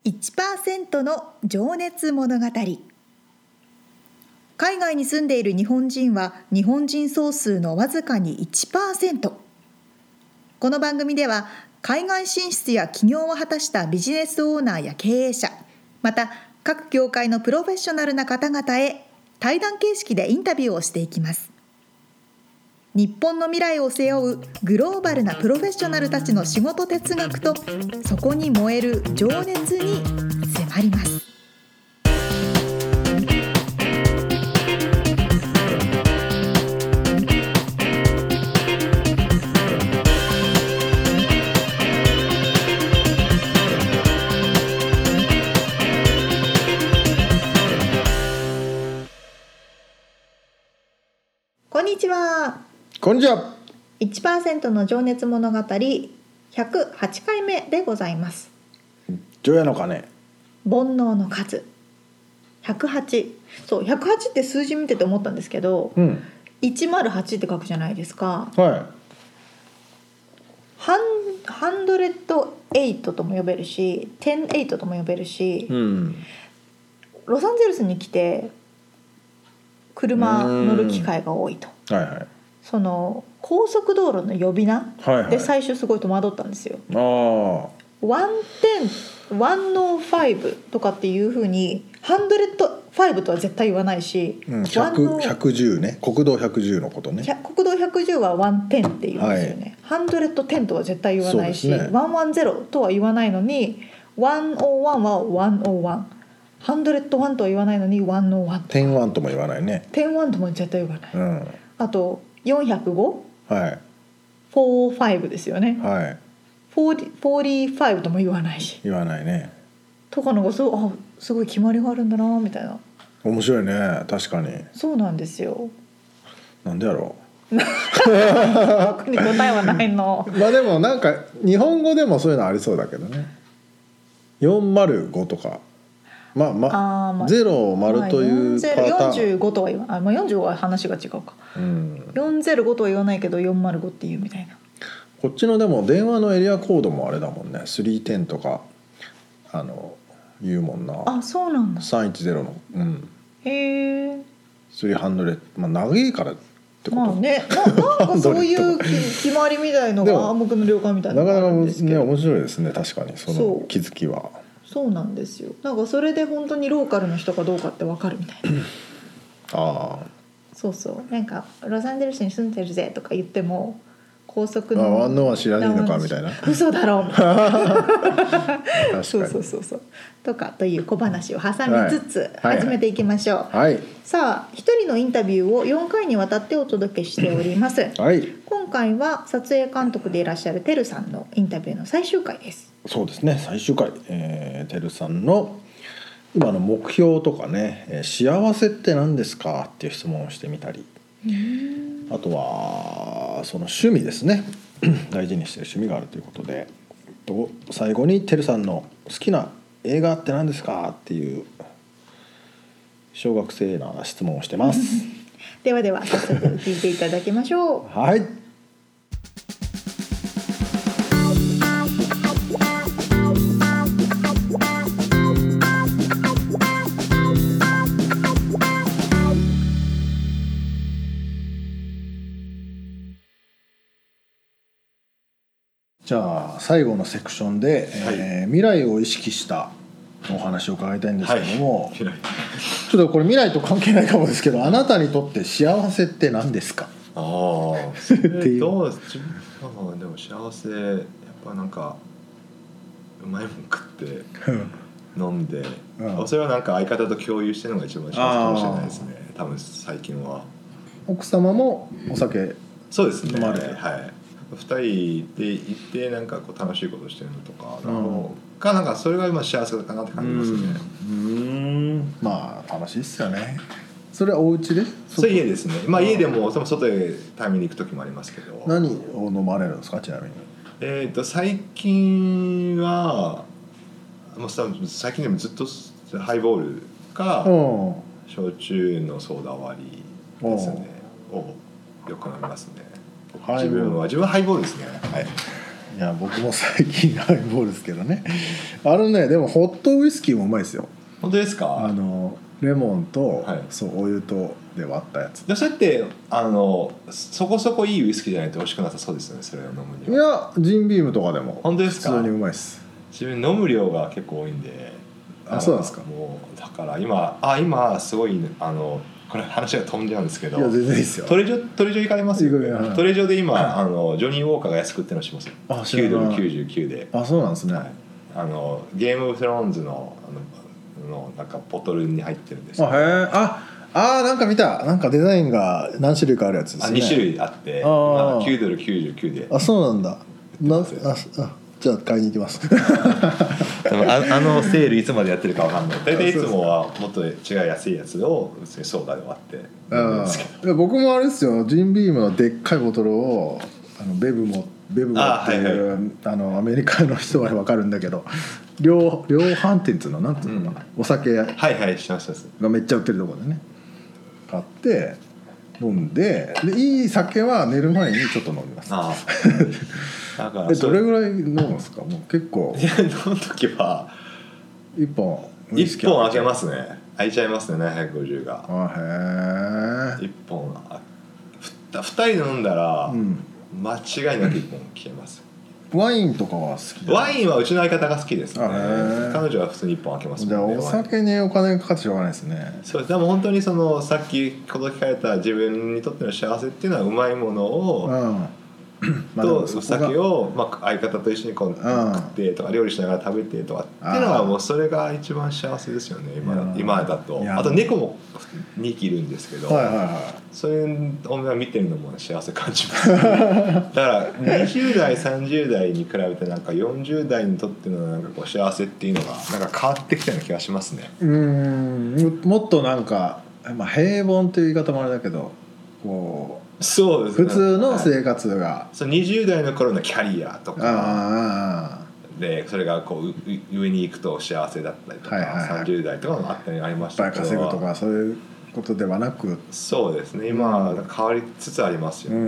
1% の情熱物語。海外に住んでいる日本人は日本人総数のわずかに 1%。 この番組では海外進出や起業を果たしたビジネスオーナーや経営者、また各業界のプロフェッショナルな方々へ対談形式でインタビューをしていきます。日本の未来を背負うグローバルなプロフェッショナルたちの仕事哲学とそこに燃える情熱に迫ります。こんにちは。 こんにちは。 1% の情熱物語108回目でございます。 除夜の鐘。 煩悩の数108。そう108って数字見てて思ったんですけど、108って書くじゃないですか。 はハンドレッド8とも呼べるし108とも呼べるし、ロサンゼルスに来て車乗る機会が多いと、その高速道路の呼び名で最初すごい戸惑ったんですよ。110、105とかっていう風に105とは絶対言わないし、 110ね、国道110のことね。 国道110は110って言うんですよね。110とは絶対言わないし、110とは言わないのに101は101、101とは言わないのに101とか、 101とも言わないね。 101とも絶対言わない、あと405、45ですよね、45とも言わないし、 言わないね。 とかのがすごい決まりがあるんだなみたいな。 面白いね、確かに。 そうなんですよ。 なんでやろう特に答えはないの。 まあでもなんか日本語でもそういうのありそうだけどね。405とか0、丸というパターン。 45とは言わない。45は話が違うか。405とは言わないけど405っていうみたいな。 こっちのでも電話のエリアコードもあれだもんね。310とか言うもんな。 あ、そうなんだ。 310の。 へえ。 300、長いからってこと。 まあね、なんかそういう決まりみたいのが暗黙の了解みたいなのがあるんですけど。 なかなかね面白いですね、確かにその気づきは。 そうなんですよ。なんかそれで本当にローカルの人かどうかって分かるみたいな。そうなんかロサンゼルスに住んでるぜとか言っても高速のワンノは知らねえのかみたいな。 嘘だろみたいな。 確かに。 そうとかという小話を挟みつつ始めていきましょう。さあ、一人のインタビューを4回にわたってお届けしております。今回は撮影監督でいらっしゃるてるさんのインタビューの最終回です。 そうですね、最終回。てるさんの今の目標とかね、幸せって何ですかっていう質問をしてみたり、あとはその趣味ですね大事にしてる趣味があるということで、最後にてるさんの好きな映画って何ですかっていう小学生な質問をしてますでは早速聞いていただきましょう。 じゃあ最後のセクションで、未来を意識したお話を伺いたいんですけども、ちょっとこれ未来と関係ないかもですけど、あなたにとって幸せって何ですか？ でも幸せやっぱなんかうまいもん食って飲んで、それはなんか相方と共有してるのが一番幸せかもしれないですね。多分最近は。 奥様もお酒そうですね、 飲まれて、 2人で行ってなんかこう楽しいことしてるのとか、なんかそれが今幸せかなって感じますね。 まあ楽しいっすよね。それはお家で？ それ家ですね。家でも外へタイムに行く時もありますけど。 何を飲まれるんですか、ちなみに？ 最近は最近でもずっとハイボールか焼酎のソーダ割りですねをよく飲みますね。自分はハイボールですね。 いや僕も最近ハイボールですけどね。でもホットウイスキーもうまいですよ。 本当ですか？ レモンと、 はい、 そうお湯とで割ったやつ。 でそれってそこそこいいウイスキーじゃないと美味しくなさそうですよね、それを飲むには。 いやジンビームとかでも本当ですか？ 普通にうまいです。 自分飲む量が結構多いんで。 あ、そうなんですか。 もうだから今すごいこれ話が飛んじゃうんですけど、 いや全然いいですよ。 トレジョ行かれますよね。トレジョで今ジョニー・ウォーカーが安くってのしますよ。$9 99で。 あ、そうなんですね。 はい、ゲームオブスローンズのなんかボトルに入ってるんですけど。 へえ。なんか見た。なんかデザインが何種類かあるやつですね。 2種類あって$9 99で。 あ、そうなんだ。じゃあ買いに行きます。 でもセールいつまでやってるかわかんない。大体いつもはもっと違う安いやつをソーダで割って飲むんですけど。 僕もあれですよ、ジンビームのでっかいボトルをベブモっていう、アメリカの人は分かるんだけど、量販店っていうのなんていうのかな、お酒がめっちゃ売ってるところでね買って飲んで、いい酒は寝る前にちょっと飲みます。だからどれぐらい飲むんですか？もう結構。 飲む時は 1本開けますね。開いちゃいますね、750が。 へえ。 1本2人で飲んだら、間違いなく1本消えます。 ワインとかは好き？ ワインはうちの相方が好きですね。彼女は普通に1本開けますもんね。じゃあお酒にお金がかかってしょうがないですね。 そうです。でも本当にさっき聞かれた自分にとっての幸せっていうのはうまいものを、とお酒を、相方と一緒に食ってとか料理しながら食べてとかっていうのはもうそれが一番幸せですよね、今だと。あと猫も2匹いるんですけど、そういう女を見てるのも幸せ感じます。だから20代30代に比べてなんか40代にとってのなんかこう幸せっていうのがなんか変わってきたような気がしますね。 もっとなんか、平凡という言い方もあれだけど、こうそうですね、 普通の生活が、 20代の頃のキャリアとかでそれがこう上に行くと幸せだったりとか、30代とかもあったりありましたけど、いっぱい稼ぐとかそういうことではなく、そうですね、今変わりつつありますよ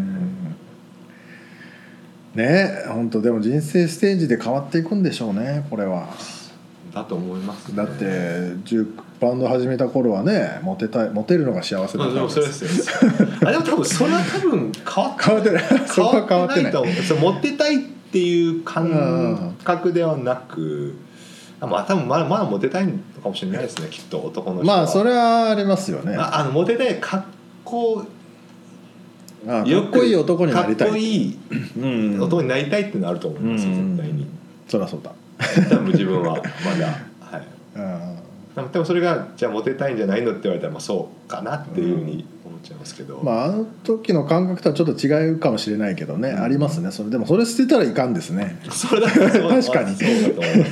ね。本当でも人生ステージで変わっていくんでしょうね、これは。だと思いますね。だってバンド始めた頃はね、モテるのが幸せだったわけです。でも多分それは変わってない。そこは変わってないと思う。モテたいっていう感覚ではなく、多分まだモテたいのかもしれないですね、きっと男の人は。それはありますよね。モテたい、かっこいい男になりたい、かっこいい男になりたいっていうのはあると思いますよ、絶対に。そりゃそうだ。多分自分はまだでもそれがじゃあモテたいんじゃないのって言われたらそうかなっていうふうに思っちゃいますけど、あの時の感覚とはちょっと違うかもしれないけどね、ありますね。でもそれ捨てたらいかんですね。それだけ確かにそうだと思います。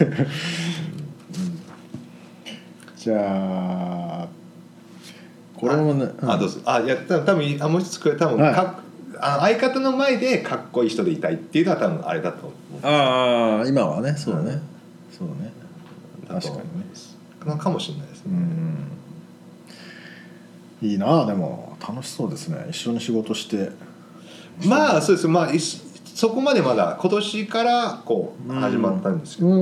じゃあこれもね、どうぞ。いや多分もう一つこれ多分相方の前でかっこいい人でいたいっていうのは多分あれだと思う。今はね、そうだね、そうだね、確かにね、かもしれないですね。いいな。でも楽しそうですね、一緒に仕事して。そうです。そこまでまだ今年からこう始まったんですけど、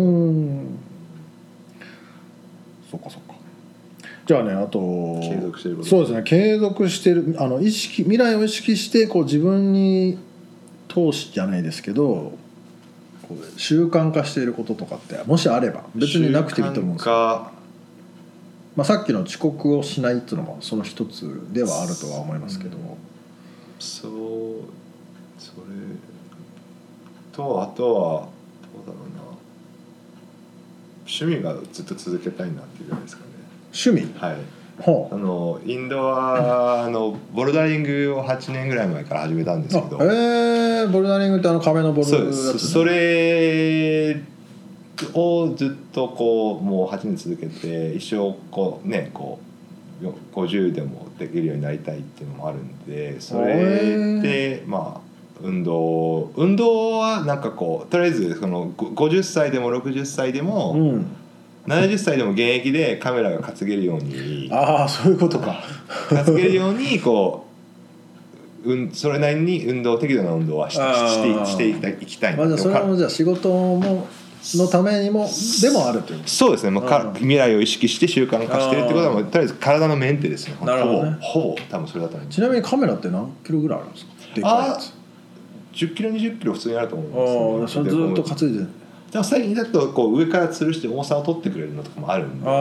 そっかじゃあね、あと継続してること、そうですね、継続してる未来を意識してこう自分に投資じゃないですけど、こう習慣化していることとかってもしあれば、別になくていいと思うんですけど、さっきの遅刻をしないっていうのもその一つではあるとは思いますけど、それとあとはどうだろうな、趣味がずっと続けたいなっていうぐらいですかね。趣味、はい、インドアのボルダリングを8年ぐらい前から始めたんですけど、ボルダリングって壁のボルダリング、そうです。それをずっとこうもう8年続けて、一生こうね、こう50でもできるようになりたいっていうのもあるんで、それで運動はなんかこうとりあえずその50歳でも60歳でも、70歳でも現役でカメラが担げるように、そういうことか、担げるようにこうそれなりに適度な運動はしていきたいんで、 じゃあそれもじゃあ仕事のためにもでもあるということ。 そうですね、未来を意識して習慣化してるってことはとりあえず体のメンテですね。 なるほどね。 ほぼ多分それだと思います。 ちなみにカメラって何キロぐらいあるんですか？でかいやつ。 10キロ20キロ普通にあると思います、 ね、それずっと担いでる。 でも最近だとこう上から吊るして重さを取ってくれるのとかもあるんで、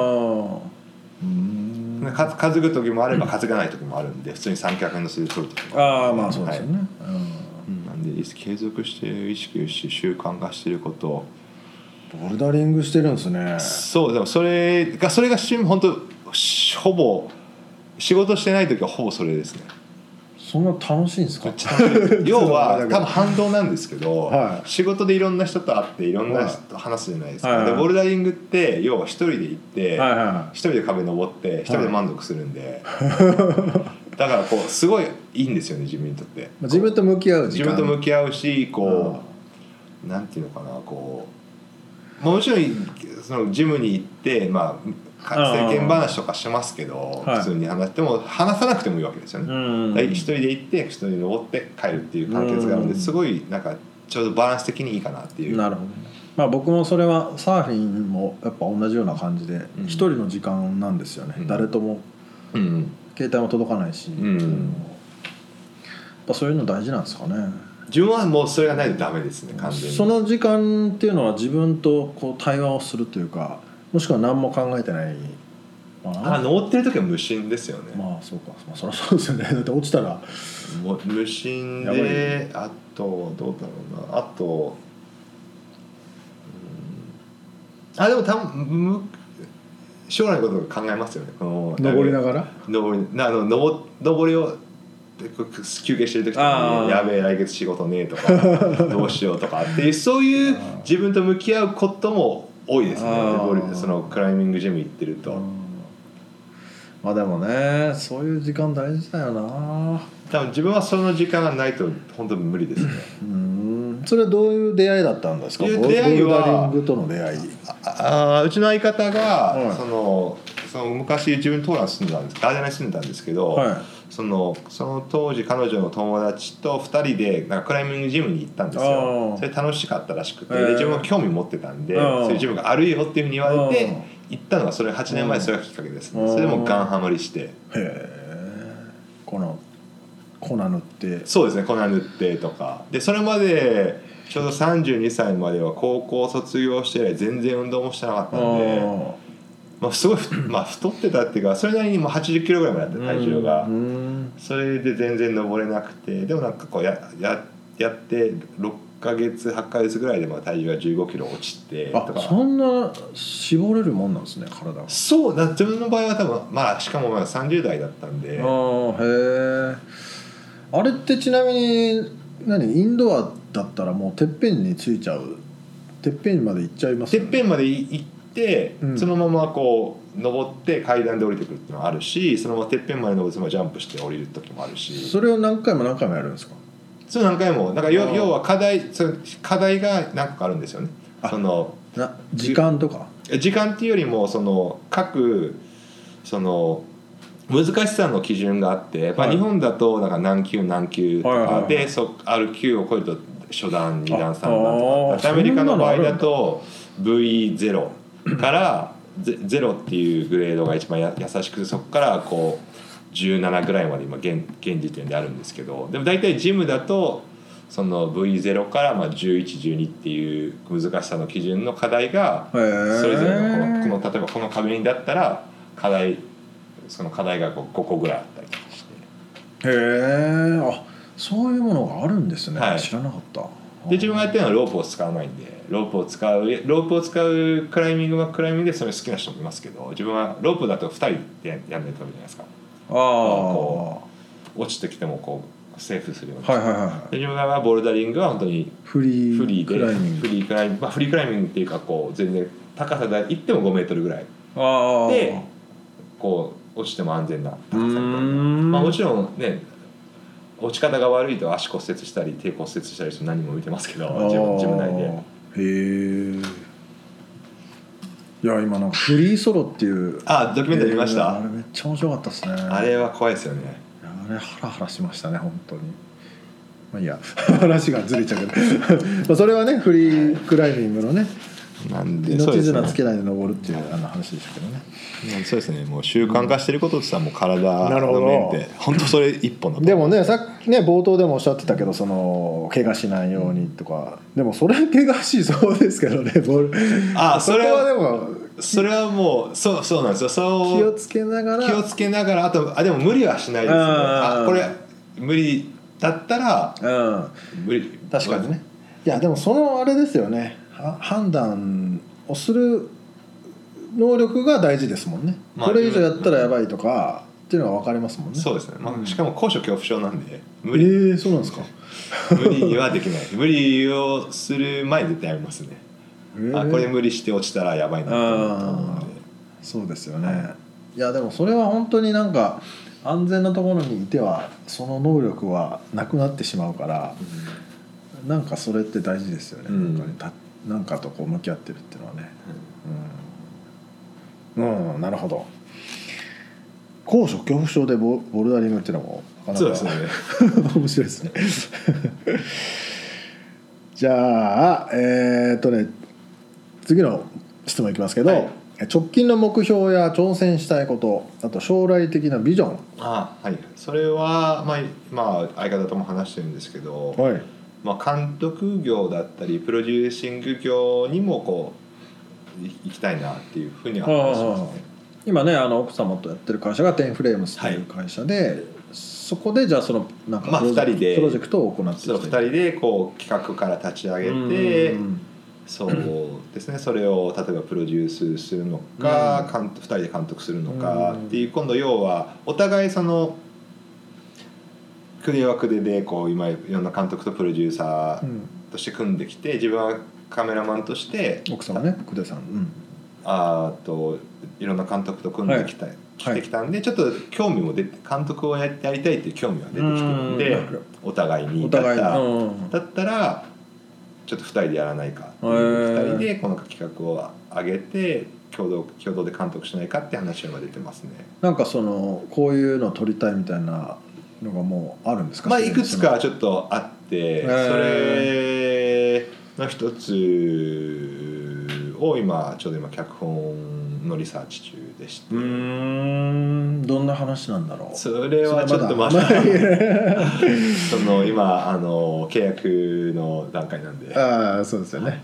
担ぐ時もあれば担がない時もあるんで、普通に三脚に乗せて取る時もまあそうですよね、 なんで継続して意識をして習慣化してること、 ボルダリングしてるんですね。 そう、でもそれが本当ほぼ仕事してない時はほぼそれですね。 そんな楽しいんですか？ 要は多分反動なんですけど、 はい、 仕事でいろんな人と会っていろんな人と話すじゃないですか、でボルダリングって要は一人で行って、一人で壁登って一人で満足するんで、だからこうすごいいいんですよね、自分にとって。 自分と向き合う時間、 自分と向き合うし、こうなんていうのかな、こうもちろんそのジムに行って世間話とかしますけど、普通に話しても話さなくてもいいわけですよね。一人で行って一人で登って帰るっていう関係性があるんで、すごいなんかちょうどバランス的にいいかなっていう。 なるほど、僕もそれはサーフィンもやっぱ同じような感じで、一人の時間なんですよね、誰とも、携帯も届かないし、やっぱそういうの大事なんですかね。 自分はもうそれがないとダメですね、完全に。 その時間っていうのは自分とこう対話をするというか、もしくは何も考えてない。 登ってる時は無心ですよね。 そうか、そりゃそうですよね。だって落ちたら無心で、あとどうだろうな、あとでも多分将来のことを考えますよね。 登りながら登りを休憩してる時とかに、やべえ来月仕事ねえとかどうしようとかっていう、そういう自分と向き合うことも多いですね。そのクライミングジム行ってると。 でもね、そういう時間大事だよな。 多分自分はその時間がないと本当に無理ですね。 それはどういう出会いだったんですか？ボルダリングとの出会い。 うちの相方が、その昔自分トーラン住んでたんです、ガーデナに住んでたんですけど、その当時彼女の友達と2人でなんかクライミングジムに行ったんですよ。それ楽しかったらしくて、で自分は興味持ってたんで、そういうジムがあるよっていうふうに言われて行ったのが、それ8年前、それがきっかけですね。それでもガンハマりして、 粉塗って、 そうですね、粉塗ってとかで、それまでちょうど32歳までは高校卒業して以来全然運動もしてなかったんで、すごい太ってたっていうか、それなりにもう80キロぐらいまであって体重が、それで全然登れなくて、でもなんかこうやって6ヶ月8ヶ月ぐらいで体重が15キロ落ちてとか。 そんな絞れるもんなんですね、体が。 そうだ、自分の場合は多分しかも30代だったんで。 あれってちなみにインドアだったらもうてっぺんについちゃう、てっぺんまで行っちゃいますよね。 てっぺんまで行って、そのままこう登って階段で降りてくるっていうのがあるし、そのままてっぺんまで登ってそのままジャンプして降りる時もあるし。 それを何回もやるんですか？ そう、何回も。だから要は課題が何個かあるんですよね。 時間とか。 時間っていうよりも各難しさの基準があって、日本だとなんか何級何級とかで、ある級を超えると初段2段3段とか、アメリカの場合だと V0 から0っていうグレードが一番優しくて、そこからこう17ぐらいまで今現時点であるんですけど、でも大体ジムだとその V0 から1112っていう難しさの基準の課題がそれぞれの例えばこの壁にだったらその課題が5個ぐらいあったりとかして。 そういうものがあるんですね。知らなかった。 で自分がやってるのはロープを使わないんで、ロープを使うクライミングはクライミングでそれ好きな人もいますけど、自分はロープだと2人でやんないとダメじゃないですか。こう落ちてきてもこうセーフするように、で自分がボルダリングは本当にフリークライミング、フリークライミングっていうか、こう全然高さで行っても5メートルぐらいでこう落ちても安全な高さみたいな。もちろんね、落ち方が悪いと足骨折したり手骨折したりして何人も見てますけど、自分内で。 いや今なんかフリーソロっていうドキュメンタリー見ました。 あれめっちゃ面白かったですね。 あれは怖いですよね。 ああれハラハラしましたね本当に。まあいいや話がずれちゃうけどまあそれはねフリークライミングのねなんで命綱つけないで登るっていう話でしたけどね。 そうですね。もう習慣化してることってさ、もう体の面で本当それ一本だと。 でもねさっきね冒頭でもおっしゃってたけどその怪我しないようにとか、でもそれ怪我しそうですけどねボール。 それはでもそれはもうそうなんですよ。そう気をつけながらあとでも無理はしないですね。これ無理だったら無理。 確かにね。いやでもそのあれですよね。判断をする能力が大事ですもんね。これ以上やったらやばいとかっていうのが分かりますもんね。 そうですね。しかも高所恐怖症なんで無理。 そうなんですか。 無理にはできない。無理をする前に絶対やりますね。これ無理して落ちたらやばいなと思うんで。 そうですよね。いやでもそれは本当になんか安全なところにいてはその能力はなくなってしまうから、なんかそれって大事ですよね。なんかとこう向き合ってるっていうのはね。なるほど。高所恐怖症でボルダリングっていうのもなかなかそうですね面白いですねじゃあ次の質問いきますけど、はい、直近の目標や挑戦したいこと、あと将来的なビジョン。 はい、それは、まあ相方とも話してるんですけど、 はい、 監督業だったりプロデューシング業にもこう行きたいなっていうふうには話しますね。 今ね奥様とやってる会社が10フレームスという会社で、そこでじゃあそのなんか 2人でプロジェクトを行ってきて、 2人でこう企画から立ち上げて、そうですね、それを例えばプロデュースするのか、2人で監督するのかっていう、今度要はお互いそのクデはクデでこう今いろんな監督とプロデューサーとして組んできて、自分はカメラマンとして奥様ねクデさん、 いろんな監督と組んできたんで、ちょっと興味も出て、監督をやりたいっていう興味が出てきてるんで、お互いにだったらちょっと2人でやらないかっていう、2人でこの企画を上げて共同で監督しないかって話が出てますね。 なんかそのこういうのを撮りたいみたいなのがもうあるんですか？ いくつかちょっとあって、それの一つをちょうど今脚本のリサーチ中でして、 どんな話なんだろう。 それはちょっとその今契約の段階なんで。 そうですよね。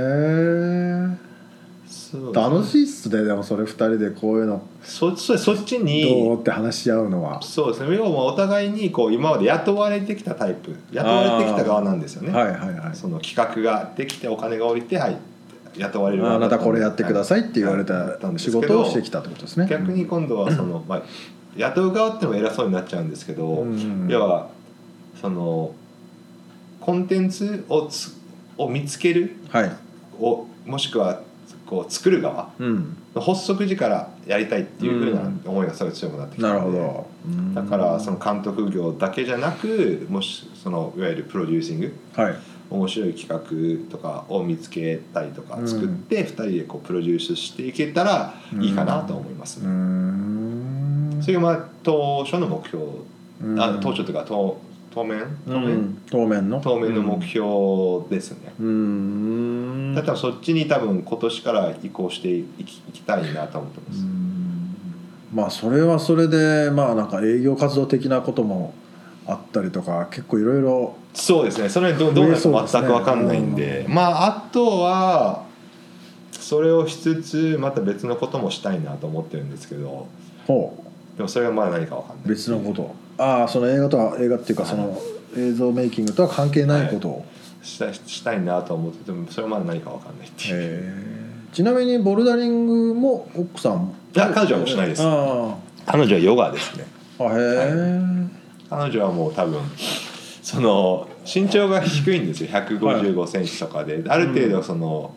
楽しいっすね。でもそれ2人でこういうのそっちにどうって話し合うのは。 そうですね。要はお互いにこう今まで雇われてきたタイプ、雇われてきた側なんですよね。その企画ができてお金が下りて、雇われる側。 あなたこれやってくださいって言われた仕事をしてきたってことですね。 逆に今度はその雇う側ってのも偉そうになっちゃうんですけど、要はそのコンテンツを見つける、もしくはこう作る側の発足時からやりたいっていう風な思いがすごい強くなってきたので、だからその監督業だけじゃなく、もしそのいわゆるプロデューシング、面白い企画とかを見つけたりとか作って2人でこうプロデュースしていけたらいいかなと思いますね。それが当初の目標、当初というか当面の目標ですね。だからそっちに多分今年から移行していきたいなと思ってます。 それはそれでなんか営業活動的なこともあったりとか、結構いろいろ。 そうですね。それどうなるか全く分かんないんで、あとはそれをしつつまた別のこともしたいなと思ってるんですけど、でもそれはまだ何か分かんない。 別のこと、その映画っていうかその映像メイキングとは関係ないことをしたいなと思ってても、それはまだ何か分かんないっていう。 ちなみにボルダリングも奥さん？ いや、彼女はもうしないです。彼女はヨガですね。彼女はもう多分その身長が低いんですよ。155センチとかで、ある程度その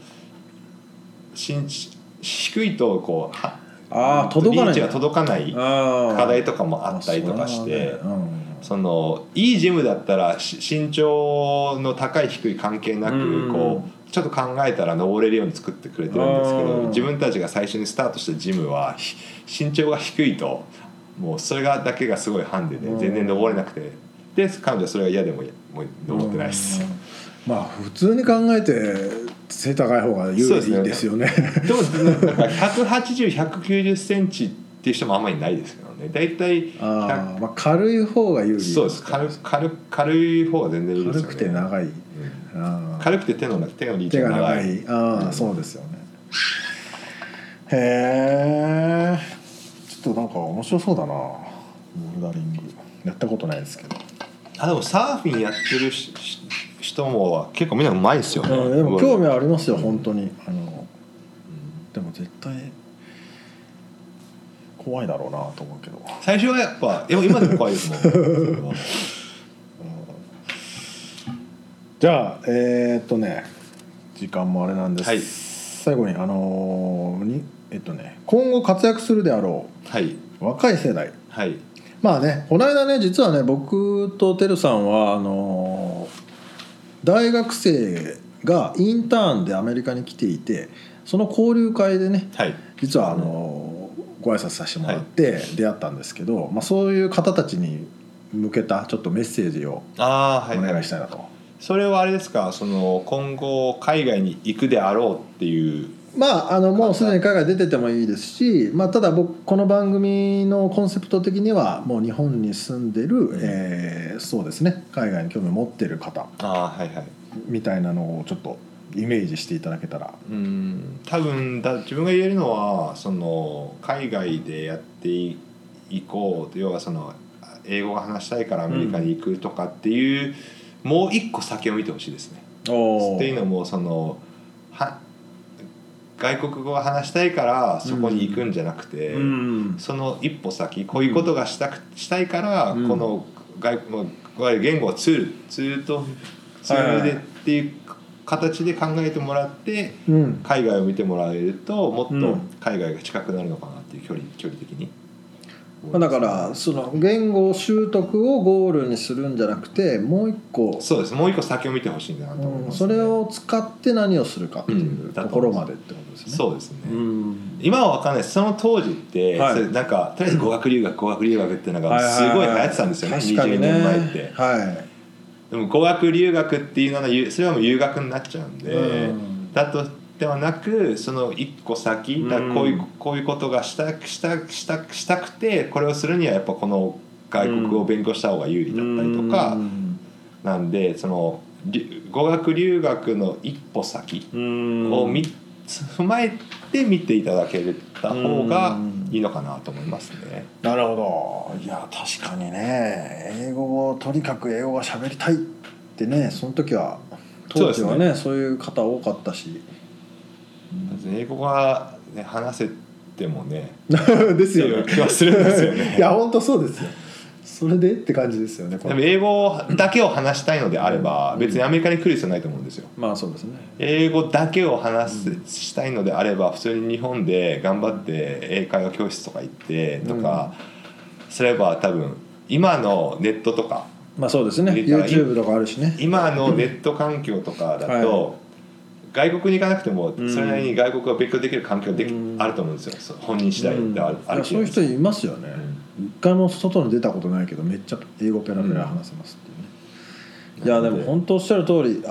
低いとこうリーチが届かない課題とかもあったりとかして、そのいいジムだったら身長の高い低い関係なくこうちょっと考えたら登れるように作ってくれてるんですけど、自分たちが最初にスタートしたジムは身長が低いともうそれだけがすごいハンデで全然登れなくて、で彼女はそれが嫌でもう登ってないです。 まあ普通に考えて背高い方が有利ですよね。 でもなんか180、190センチっていう人もあんまりないですけどね。だいたいまあ軽い方が有利。 そうです。軽い方が全然いいですよね。 軽くて長い。 軽くて手のリーチが長い。 そうですよね。へえ。ちょっとなんか面白そうだな。ボルダリングやったことないですけど。 でもサーフィンやってる人も結構みんなうまいですよね。 でも興味ありますよ本当に。でも絶対怖いだろうなと思うけど。 最初はやっぱ今でも怖いですもん。 じゃあ時間もあれなんです、最後に今後活躍するであろう、若い世代、まあねこの間ね実はね僕とてるさんは大学生がインターンでアメリカに来ていて、その交流会でね、実はご挨拶させてもらって出会ったんですけど、そういう方たちに向けたちょっとメッセージをお願いしたいなと。 それはあれですか、今後海外に行くであろうっていう。 もうすでに海外出ててもいいですし、ただ僕この番組のコンセプト的にはもう日本に住んでる、そうですね、海外に興味を持ってる方みたいなのをちょっとイメージしていただけたら。 多分自分が言えるのは海外でやっていこうと、要は英語が話したいからアメリカに行くとかっていう、もう一個先を見てほしいですね。っていうのも外国語が話したいからそこに行くんじゃなくて、その一歩先、こういうことがしたいから、この言語をツールでっていう形で考えてもらって、海外を見てもらえるともっと海外が近くなるのかなっていう距離的に。 だからその言語習得をゴールにするんじゃなくて、もう一個、 そうです、もう一個先を見てほしいんだなと思います、 それを使って何をするかっていうところまでってことですね。 そうですね、今は分かんないです。その当時って、なんかとりあえず語学留学っていうのがすごい流行ってたんですよね、20年前って。でも語学留学っていうのはそれはもう留学になっちゃうんで、だとではなく、その一個先だ、こういうことがしたくて、これをするにはやっぱこの外国語を勉強した方が有利だったりとか、なんで語学留学の一歩先を踏まえて見ていただけた方がいいのかなと思いますね。 なるほど。いや確かにね、とにかく英語が喋りたいってね、その時は当時はね、そういう方多かったし、 英語が、話せてもねですよね、 気はするんですよね。 いや本当そうですよ。それでって感じですよね。 でも英語だけを話したいのであれば、別にアメリカに来る必要ないと思うんですよ。 そうですね。 英語だけをしたいのであれば、普通に日本で頑張って英会話教室とか行ってとかすれば、多分今のネットとか、 そうですね、YouTube とかあるしね、 今のネット環境とかだと、外国に行かなくてもそれなりに外国が勉強できる環境あると思うんですよ。本人次第である。 そういう人いますよね。一回も外に出たことないけどめっちゃ英語ペラペラ話せますっていうね。いやでも本当おっしゃる通り、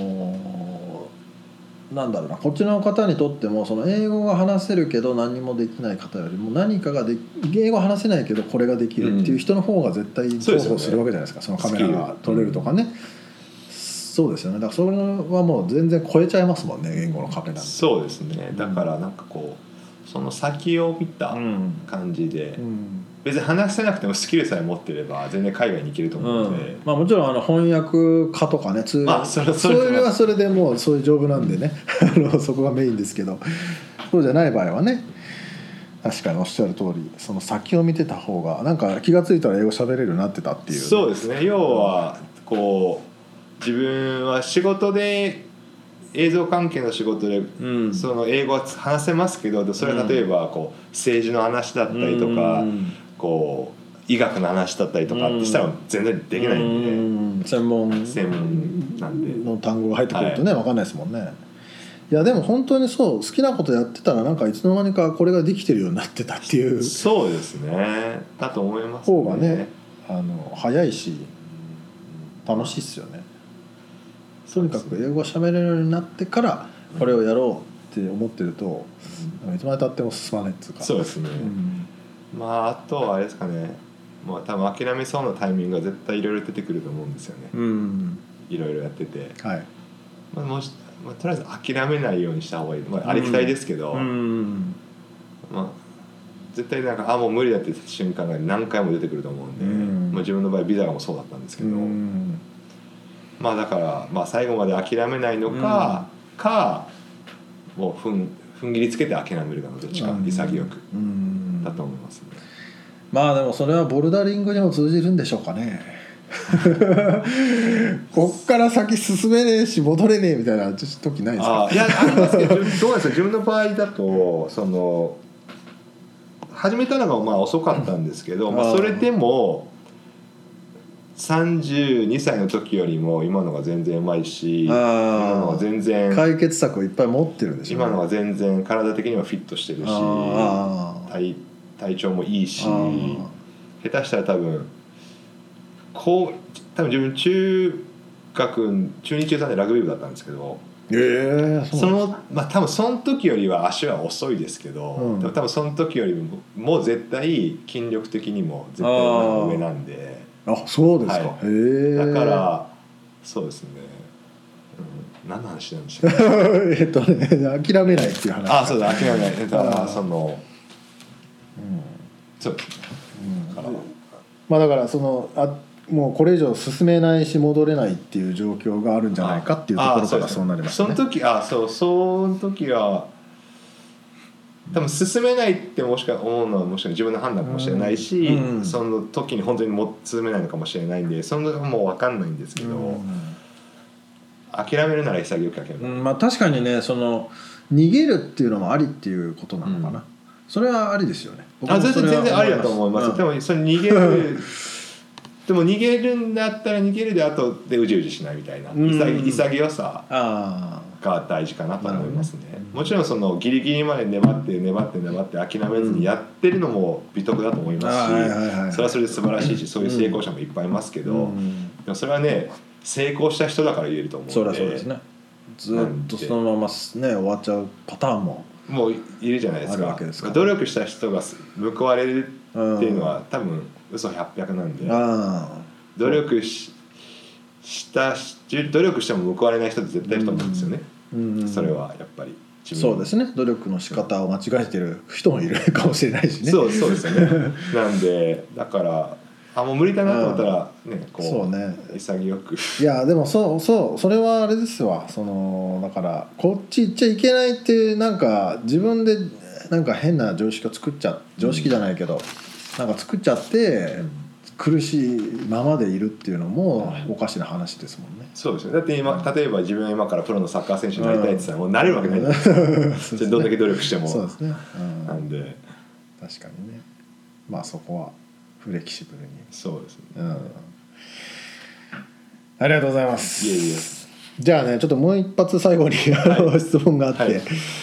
なんだろうな、こっちの方にとってもその英語が話せるけど何もできない方よりも、何かが英語話せないけどこれができるっていう人の方が絶対重宝するわけじゃないですか。そのカメラが撮れるとかね。そうですよね。だからそれはもう全然超えちゃいますもんね、言語の壁なんて。 そうですね。だからなんかその先を見た感じで、別に話せなくてもスキルさえ持ってれば全然海外に行けると思うので、 もちろん翻訳家とかね、それはそれでもうそういう丈夫なんでねそこがメインですけど、そうじゃない場合はね、確かにおっしゃる通り、その先を見てた方がなんか気がついたら英語喋れるようになってたっていう、 そうですね。要は自分は仕事で映像関係の仕事で、その英語は話せますけど、それは例えば政治の話だったりとか、医学の話だったりとかってしたら全然できないんで、専門なんでの単語が入ってくるとね分かんないですもんね。 いやでも本当にそう好きなことやってたらなんかいつの間にかこれができてるようになってたっていうそうですねだと思いますね。 方がね早いし楽しいっすよね。とにかく英語が喋れるようになってからこれをやろうって思ってると、いつまでたっても進まないっていうか。 そうですね、まああとはあれですかね、まあ多分諦めそうなタイミングが絶対いろいろ出てくると思うんですよね、いろいろやってて、 はい、 まあとりあえず諦めないようにした方がいい、ありきたりですけど、まあ絶対なんかもう無理だって瞬間が何回も出てくると思うんで、まあ、自分の場合ビザがもそうだったんですけど、まあだからまあ最後まで諦めないのか、もう踏ん切りつけて諦めるかのどっちか、潔くだと思いますね。 まあでもそれはボルダリングにも通じるんでしょうかね。こっから先進めねえし戻れねえみたいな時ないですか。 いやありますけどどうなんですか自分の場合だと始めたのがまあ遅かったんですけど、まあ、それでも32歳の時よりも今のが全然うまいし、今のが全然解決策をいっぱい持ってるんでしょうね。 今のが全然体的にはフィットしてるし体調もいいし、下手したら多分自分中2中3でラグビー部だったんですけど、まあ多分その時よりは足は遅いですけど、多分その時よりも絶対筋力的にも絶対上なんで。 そうですか、はい、 だからそうですね、何の話なんでしょう諦めないっていう話。 そうだ諦めないだからそうですね、 まあだからもうこれ以上進めないし戻れないっていう状況があるんじゃないかっていうところからそうなりましたね。 その時は多分進めないって思うのはもしかしたら自分の判断かもしれないし、その時に本当に進めないのかもしれないんでそのもう分かんないんですけど、諦めるなら潔く諦める、 まあ確かにね逃げるっていうのもありっていうことなのかな、それはありですよね。 全然ありだと思います、でもそれ逃げるでも逃げるんだったら逃げるで後でうじうじしないみたいな潔さが大事かなと思いますね。もちろんギリギリまで粘って諦めずにやってるのも美徳だと思いますし、それはそれで素晴らしいし、そういう成功者もいっぱいいますけど、でもそれはね成功した人だから言えると思うので、 そうですね。ずっとそのままね終わっちゃうパターンもういるじゃないですか。努力した人が報われるっていうのは多分嘘800なんで、努力しても報われない人って絶対いると思うんですよね。それはやっぱりそうですね。努力の仕方を間違えてる人もいるかもしれないしね。 そうですよね。なんでだからもう無理だなと思ったらね潔く。 いやでもそれはあれですわ。だからこっち行っちゃいけないっていうなんか自分でなんか変な常識を常識じゃないけどなんか作っちゃって苦しいままでいるっていうのもおかしな話ですもんね。 そうですよ。だって例えば自分は今からプロのサッカー選手になりたいって言ったらもうなれるわけないじゃないですか。どんだけ努力しても。 そうですね。 なんで確かにね。まあそこはフレキシブルに。 そうですね。 ありがとうございます。 いえ。 じゃあねちょっともう一発最後に質問があって、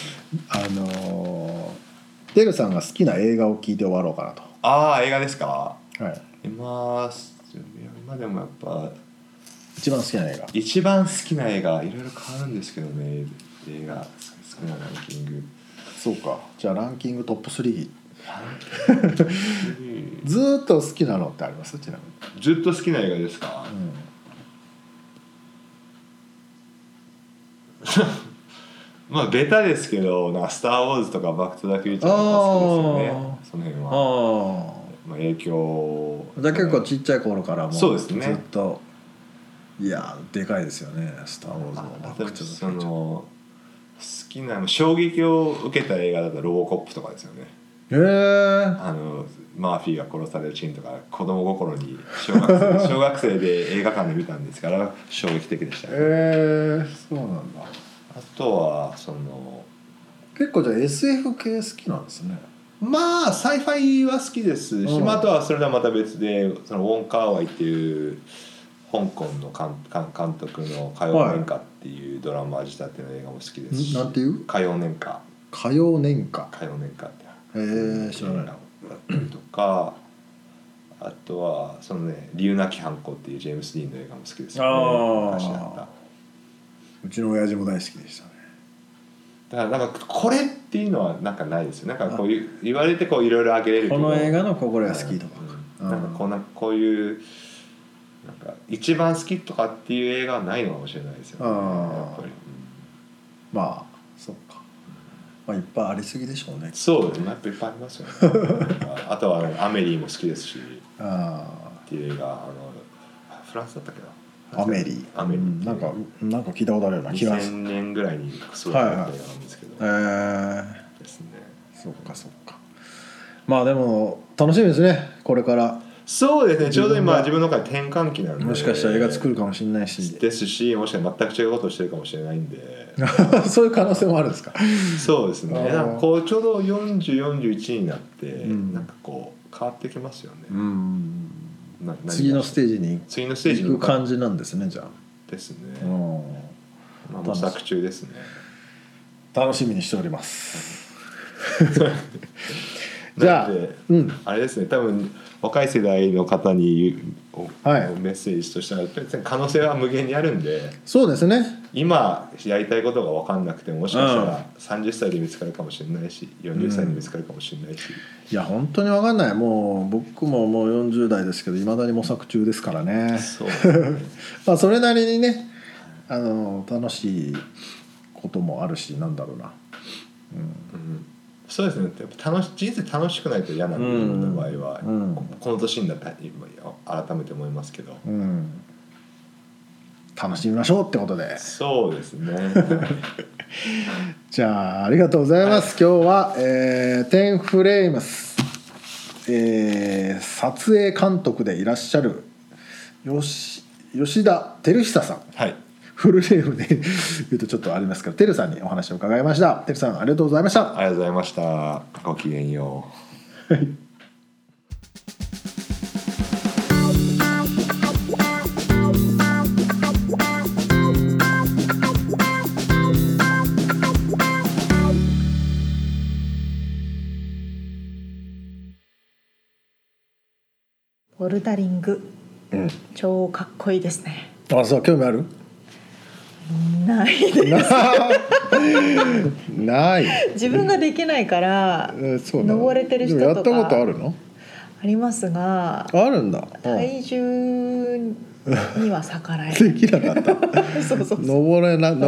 テルさんが好きな映画を聞いて終わろうかなと。 映画ですか。 はい。 今でもやっぱ一番好きな映画いろいろ変わるんですけどね。映画好きなランキング。 そうか。じゃあランキングトップ3ずっと好きなのってあります？ちなみにずっと好きな映画ですか。まあベタですけどスター・ウォーズとかバック・トゥ・ザ・フューチャーとか好きですよね。その辺は影響じゃあ結構ちっちゃい頃からもそうですねずっといやでかいですよねスター・ウォーズもバック・トゥ・ザ・フューチャー好きな衝撃を受けた映画だとロボコップとかですよね。マーフィーが殺されるシーンとか子供心に小学生で映画館で見たんですから衝撃的でしたね。 そうなんだ。 あとは結構じゃあ SF 系好きなんですね。 まあサイファイは好きですし、あとはそれとはまた別でウォン・カーワイっていう香港の監督の「火曜の演歌」ってっていうドラマ仕立ての映画も好きですし、 なんていう火曜年華火曜年華火曜年華って知らない映画だったりとか、あとはそのね理由なき犯行っていうジェームス・ディーンの映画も好きですよね。昔だった。 うちの親父も大好きでしたね。 だからなんかこれっていうのはなんかないですよ。なんかこういう言われてこういろいろ挙げれるけど、 この映画のこれが好きとか、 なんかこういうなんか一番好きとかっていう映画はないのかもしれないですよね。やっぱり、 まあそうか、まあいっぱいありすぎでしょうね。 そうですね、やっぱいっぱいありますよね。あとはアメリーも好きですしっていう映画、フランスだったっけな、アメリー、 なんか聞いたことあるような気がする。 2000年ぐらいにすごい映画なんですけど、ですね。 そっかまあでも楽しみですね、これから。 そうですね、ちょうど今自分の中で転換期なんで、 もしかしたら映画作るかもしれないしですし、もしかしたら全く違うことをしてるかもしれないんでそういう可能性もあるんですか。 そうですね、なんかこうちょうど40、41になって、なんかこう変わってきますよね。次のステージに行く感じなんですね、じゃあ。ですね。まあ模索中ですね。 楽しみにしております。じゃあ、 あれですね、多分若い世代の方にメッセージとしては別に可能性は無限にあるんで、 そうですね、 今やりたいことが分かんなくても、もしかしたら30歳で見つかるかもしれないし、40歳で見つかるかもしれないし、 いや本当に分かんない。もう僕ももう40代ですけど、いまだに模索中ですからね。そうまあそれなりにね、楽しいこともあるし、なんだろうな、 そうですね、やっぱ人生楽しくないと嫌なんで、自分の場合は、この年になったら改めて思いますけど、 楽しみましょうってことで。 そうですねじゃあありがとうございます、今日は、10フレームス、撮影監督でいらっしゃる吉田照久さん、フルネームで言うとちょっとありますけど、てるさんにお話を伺いました。てるさんありがとうございました。 ありがとうございました。ごきげんよう。 ボルダリング、超かっこいいですね。 あ、そう、興味ある？ ないですない。 自分ができないから、登れてる人とかやったことあるの？ ありますが、あるんだ。 体重には逆らえないできなかったそう登らなかった。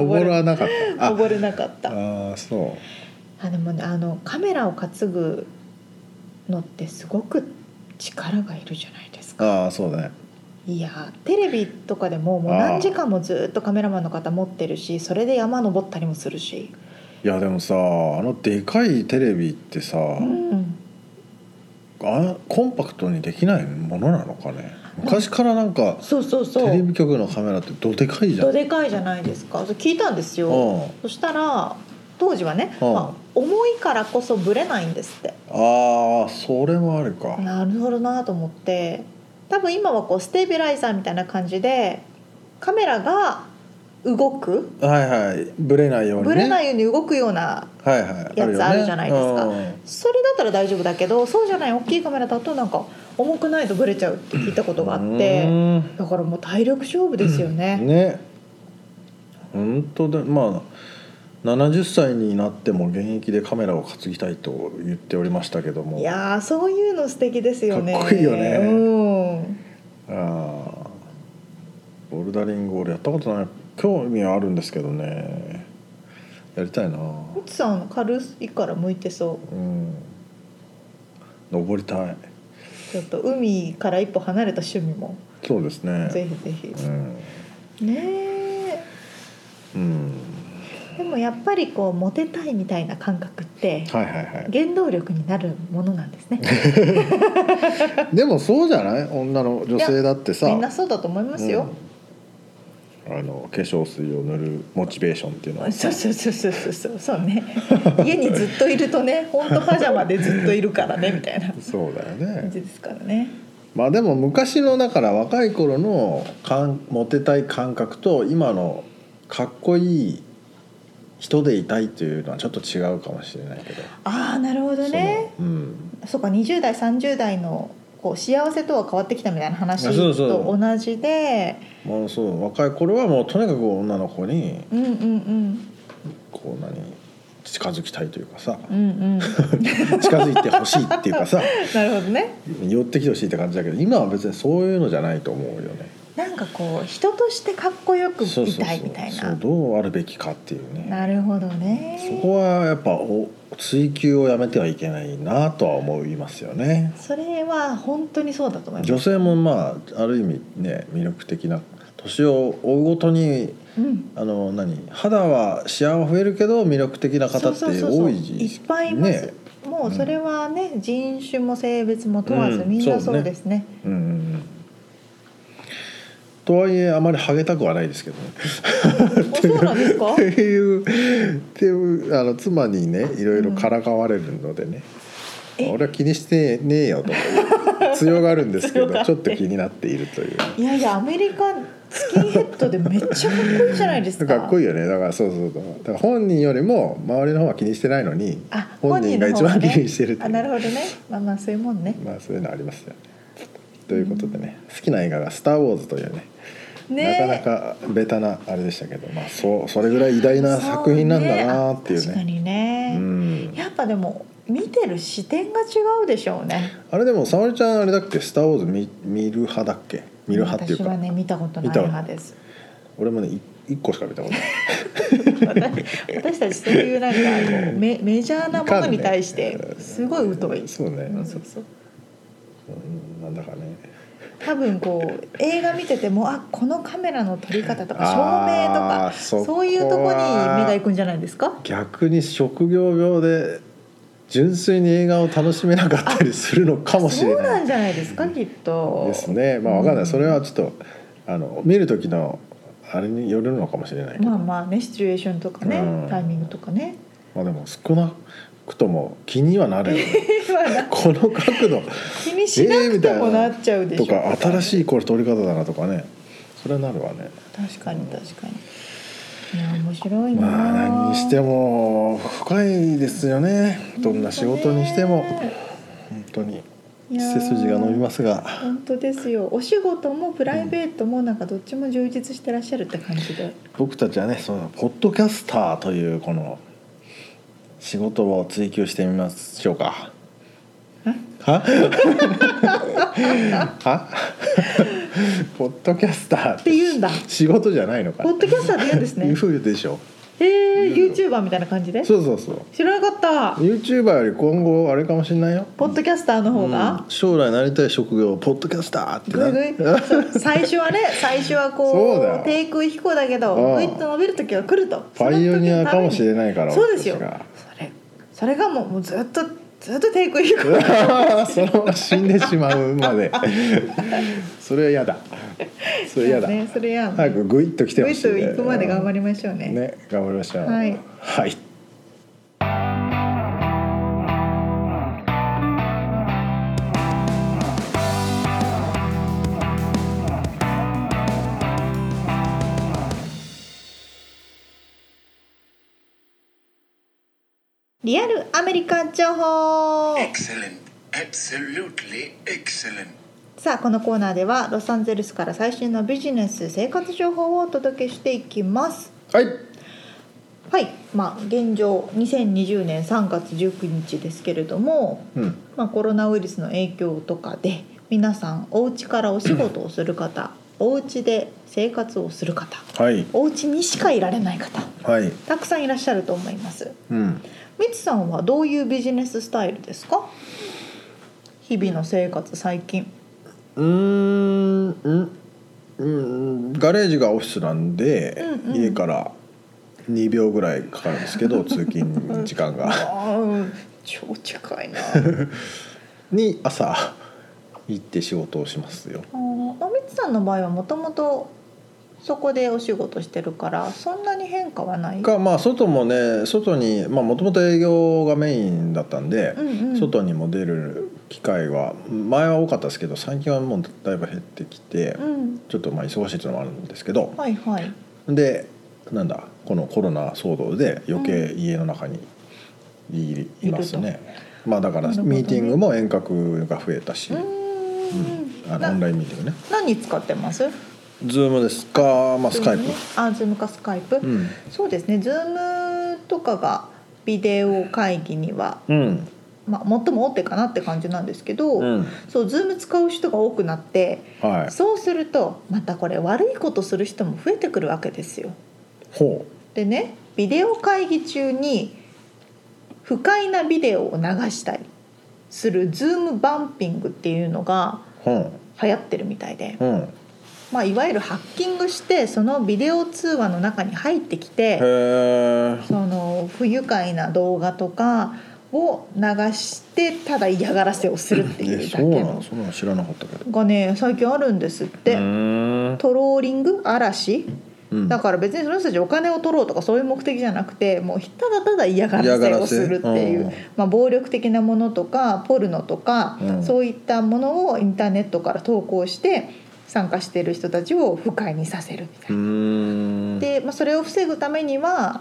登れなかった。 あ、そう。 でもね、カメラを担ぐのってすごく力がいるじゃないですか。 あ、そうだね。 いや、テレビとかでももう何時間もずっとカメラマンの方持ってるし、それで山登ったりもするし。 いやでもさ、でかいテレビってさ、コンパクトにできないものなのかね。昔からなんかそうテレビ局のカメラってどでかいじゃん。 どでかいじゃないですか。聞いたんですよ。そしたら当時はね、重いからこそブレないんですって。 ああ、それもあるか。 なるほどなと思って、多分今はこうステービライザーみたいな感じでカメラが動く、ブレないようにね、ブレないように動くようなやつあるじゃないですか。それだったら大丈夫だけど、そうじゃない大きいカメラだとなんか重くないとブレちゃうって聞いたことがあって、だからもう体力勝負ですよね。 ね、本当だ。まあ70歳になっても現役でカメラを担ぎたいと言っておりましたけども、 いやそういうの素敵ですよね。 かっこいいよね。ボルダリング俺やったことない。興味はあるんですけどね、やりたいな。 みつさん軽いから向いてそう。 登りたい。 ちょっと海から一歩離れた趣味も。 そうですね。 ぜひぜひ。ねえ。でもやっぱりこうモテたいみたいな感覚って原動力になるものなんですね。 でもそうじゃない？女性だってさ、 みんなそうだと思いますよ。 化粧水を塗るモチベーションっていうのは、 そうね。家にずっといるとね、本当パジャマでずっといるからねみたいな。 そうだよね。 感じですからね。 まあでも昔のだから若い頃のモテたい感覚と今のかっこいい人でいたいというのはちょっと違うかもしれないけど。 ああなるほどね。そうか20代30代のこう幸せとは変わってきたみたいな話と同じで、 もうそう若い頃はもうとにかく女の子にこう近づきたいというかさ、近づいてほしいっていうかさなるほどね、 寄ってきてほしいって感じだけど、今は別にそういうのじゃないと思うよね。 なんかこう人としてかっこよくいたいみたいな、 どうあるべきかっていうね。 なるほどね。 そこはやっぱ追求をやめてはいけないなとは思いますよね。 それは本当にそうだと思います。 女性もまあある意味ね魅力的な、年を追うごとに、肌はシワは増えるけど魅力的な方って多いいっぱいいます、ね、もうそれはね、人種も性別も問わずみんなそうですね。 とはいえあまりハゲたくはないですけどね。 そうなんですか？っていう妻にねいろいろからかわれるのでね、俺は気にしてねえよと強がるんですけどちょっと気になっているという。 いやいやアメリカスキンヘッドでめっちゃかっこいいじゃないですか。 かっこいいよね。だからそうだから本人よりも周りの方は気にしてないのに本人が一番気にしてるっていう。 なるほどね。まあそういうもんね。 まあそういうのありますよね。ということでね、好きな映画がスター・ウォーズというね、なかなかベタなあれでしたけど、まあそれぐらい偉大な作品なんだなっていうね。 確かにね、やっぱでも見てる視点が違うでしょうね。 あれでも沙織ちゃんあれだっけ、スター・ウォーズ見る派だっけ？見る派っていうか。 私はね見たことない派です。 俺もね1個しか見たことない。 私たちそういうなんかメジャーなものに対してすごい疎い。 そうね。 そうなんだかね。 多分こう映画見ててもこのカメラの撮り方とか照明とかそういうとこに目が行くんじゃないですか。 逆に職業病で純粋に映画を楽しめなかったりするのかもしれない。 そうなんじゃないですかきっと。 ですね。まあ分かんない。それはちょっと見る時のあれによるのかもしれないけど。 まあねシチュエーションとかね、タイミングとかね。 まあでも少なくとも気にはなるよね。この角度気にしなくてもなっちゃうでしょ、 とか新しいこれ撮り方だなとかね、それはなるわね。 確かに。いや面白いな。 まあ何にしても深いですよね。どんな仕事にしても本当に背筋が伸びますが。 本当ですよ。お仕事もプライベートもなんかどっちも充実してらっしゃるって感じで。 僕たちはね、そのポッドキャスターというこの仕事を追求してみましょうか。はポッドキャスターって言うんだ。 仕事じゃないのか。 ポッドキャスターって言うんですね。 言うでしょ。 YouTuber みたいな感じで。 そう知らなかった。 YouTuber より今後あれかもしれないよ、 ポッドキャスターの方が、 将来なりたい職業ポッドキャスターって最初はこう低空飛行だけどグイッと伸びる時は来ると。 パイオニアかもしれないから。 そうですよ。それがもうずっと低空飛行そのまま死んでしまうまでそれは嫌だ。それ嫌だ、ね、それ嫌だ、ね、早くグイッと来てほしい、ね、 グイッと行くまで頑張りましょうね。 ね、頑張りましょう。 はい、 はい。 リアルアメリカ情報。 Excellent. Absolutely excellent. さあこのコーナーではロサンゼルスから最新のビジネス生活情報をお届けしていきます。 はいはい。現状2020年3月19日ですけれども、コロナウイルスの影響とかで皆さんお家からお仕事をする方お家で生活をする方、お家にしかいられない方、たくさんいらっしゃると思います。みつさんはどういうビジネススタイルですか？日々の生活最近。 ガレージがオフィスなんで、家から2秒ぐらいかかるんですけど通勤時間が超近いなに朝行って仕事をしますよ。 みつさんの場合はもともとそこでお仕事してるからそんなに変化はないか。外もね、外にもともと営業がメインだったんで、外にも出る機会は前は多かったですけど最近はもうだいぶ減ってきて、ちょっと忙しいっていうのもあるんですけど、でなんだこのコロナ騒動で余計家の中にいますね。まあだからミーティングも遠隔が増えたし、オンラインミーティングね。 何使ってます？ ズームですか、まあスカイプ。 ズームかスカイプ。そうですね。ズームとかがビデオ会議には、まあ最も大手かなって感じなんですけど、そうズーム使う人が多くなって、そうするとまたこれ悪いことする人も増えてくるわけですよ。でね、ビデオ会議中に不快なビデオを流したりするズームバンピングっていうのが流行ってるみたいで、まあ、いわゆるハッキングしてそのビデオ通話の中に入ってきて、その不愉快な動画とかを流してただ嫌がらせをするっていうだけのそんなの知らなかったけどがね最近あるんですって。トローリング嵐だから別にその人たちお金を取ろうとかそういう目的じゃなくて、もうただただ嫌がらせをするっていう、まあ、暴力的なものとかポルノとか、そういったものをインターネットから投稿して参加している人たちを不快にさせるみたいな。で、まあ、それを防ぐためには